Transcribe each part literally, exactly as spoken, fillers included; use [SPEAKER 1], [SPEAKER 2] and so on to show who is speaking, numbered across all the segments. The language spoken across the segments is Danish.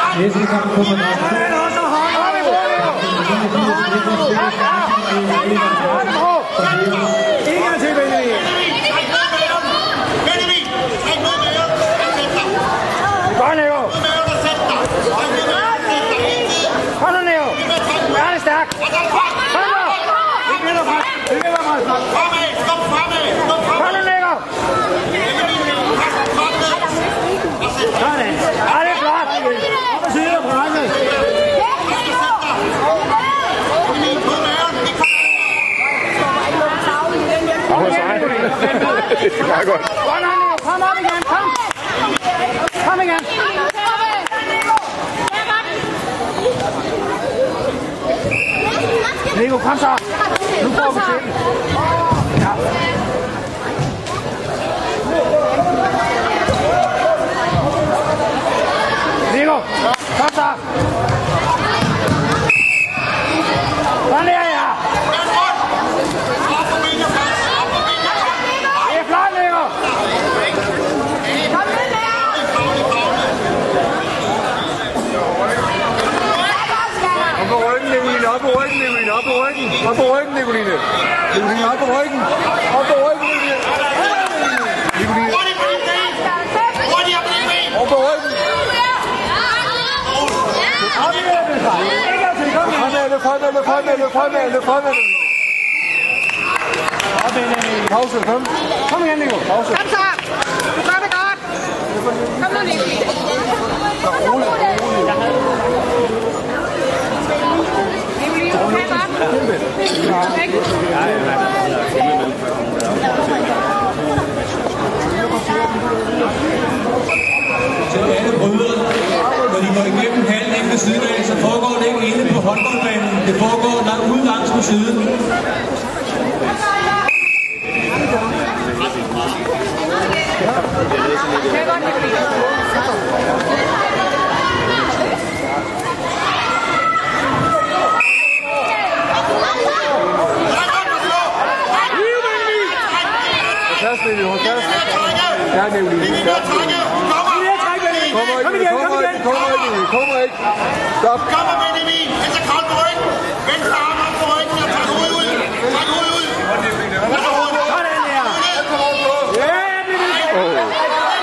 [SPEAKER 1] Næste kamp kommer der.
[SPEAKER 2] Godt, Nico. Kom nu, Nico. Er det stærkt? Kom nu. Vi vinder fra. Vi vinder fra.
[SPEAKER 3] Fremad, stop fremad.
[SPEAKER 2] Kom nu, Nico. Sådan. Ja, det er flot. Op og siden af brækket. Kom igen.
[SPEAKER 4] Det er meget godt.
[SPEAKER 2] Kom nu, Nico. Kom op igen. Kom. Kom igen. Nico, kom så. Nu får vi til. Ja. Nico, kom så. Sådan der, ja. Det er flot, Nico. Kom med,
[SPEAKER 4] Op på ryggen, Nicoline. Op på ryggen, Nicoline. Op på ryggen. Op på ryggen, Nicoline. Nicoline, op på ryggen. Op på ryggen, Nicoline. Nicoline. Op på ryggen. Løb fremad, løb fremad, løb fremad, løb fremad. Pause, kom.
[SPEAKER 2] Kom igen, Nico.
[SPEAKER 4] Pause.
[SPEAKER 5] Kom så. Du gør det godt. Kom nu, Nico. Nicoline, du kan godt.
[SPEAKER 1] Til alle brødre, når de går igennem hallen inde ved siden af, så foregår det ikke inde på håndboldbanen. Det foregår langt ude langs på siden.
[SPEAKER 5] Kan godt, Nicoline.
[SPEAKER 4] Plads, Nicoline. Hold fast. Ja, Nicoline. Kommer ikke, kommer ikke, kommer ikke, kommer ikke. Stop.
[SPEAKER 3] Kommer med det min. Venstre kold på ryggen. Venstre arm op på ryggen og træk hovedet ud. Træk hovedet ud.
[SPEAKER 2] Sådan der. Ja, det er det. Sådan der.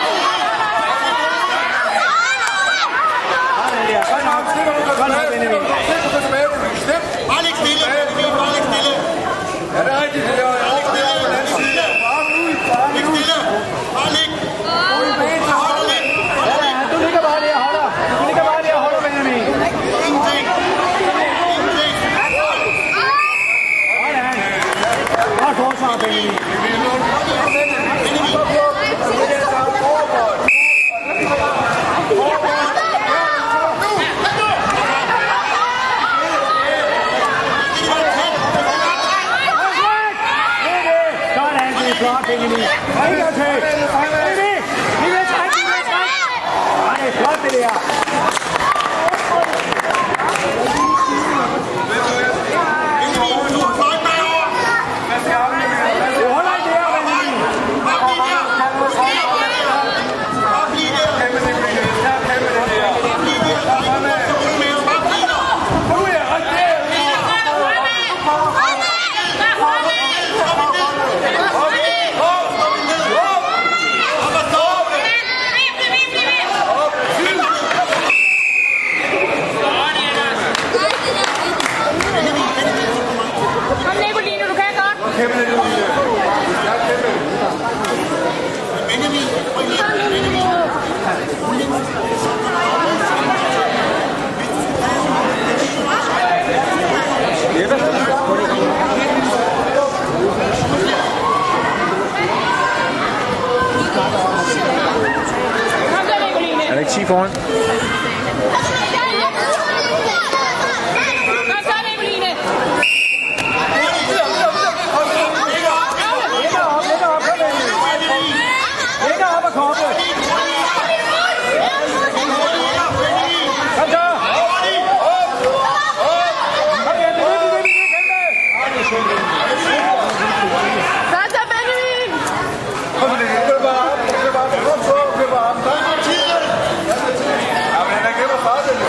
[SPEAKER 2] Godt nok. Godt nok, Benjamin.
[SPEAKER 3] Bare læg stille, Benjamin. Bare læg stille.
[SPEAKER 4] Ja, det er rigtigt, det er
[SPEAKER 3] Læg stille. Læg stille. Læg stille. Bare læg. Hold og læg. Hold og læg.
[SPEAKER 2] Du ligger bare der og holder. Du ligger bare der og holder, Benjamin.
[SPEAKER 3] Ingenting. Ingenting.
[SPEAKER 2] Sådan. Godt forsvar, Benjamin. Sådan, det er flot, Benjamin. Og en gang til. Benjamin, vi vil trække, vi vil trække. Ja, det er flot, det der.
[SPEAKER 3] Benjamin, du er fløjt bagover.
[SPEAKER 2] Du holder ikke der, Benjamin.
[SPEAKER 3] Bare bliv der. Bare bliv der. Bare bliv der. Bare bliv der. Bare bliv der.
[SPEAKER 4] Nu er jeg ret der.
[SPEAKER 5] Kom, Nicoline, du kan godt.
[SPEAKER 4] Kæmpe, Nicoline. Ja, kæmpe.
[SPEAKER 3] Benjamin, ryk lidt. Benjamin.
[SPEAKER 5] Kom så, Nicoline.
[SPEAKER 4] Er der ikke ti foran?
[SPEAKER 5] Kom så, Nicoline.
[SPEAKER 2] Ligger op, ligger op, kom Benjamin. Ligger op og koble. Kom så. Kom igen, det er det, det er det, kæmpe.
[SPEAKER 5] Så så, Benjamin.
[SPEAKER 4] Kom så, Nicoline. Løb bare. Løb bare. Kom så. Løb bare. Ja, men han er gennem farten.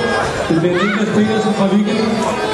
[SPEAKER 1] Det bliver Niklas Petersen fra Viking.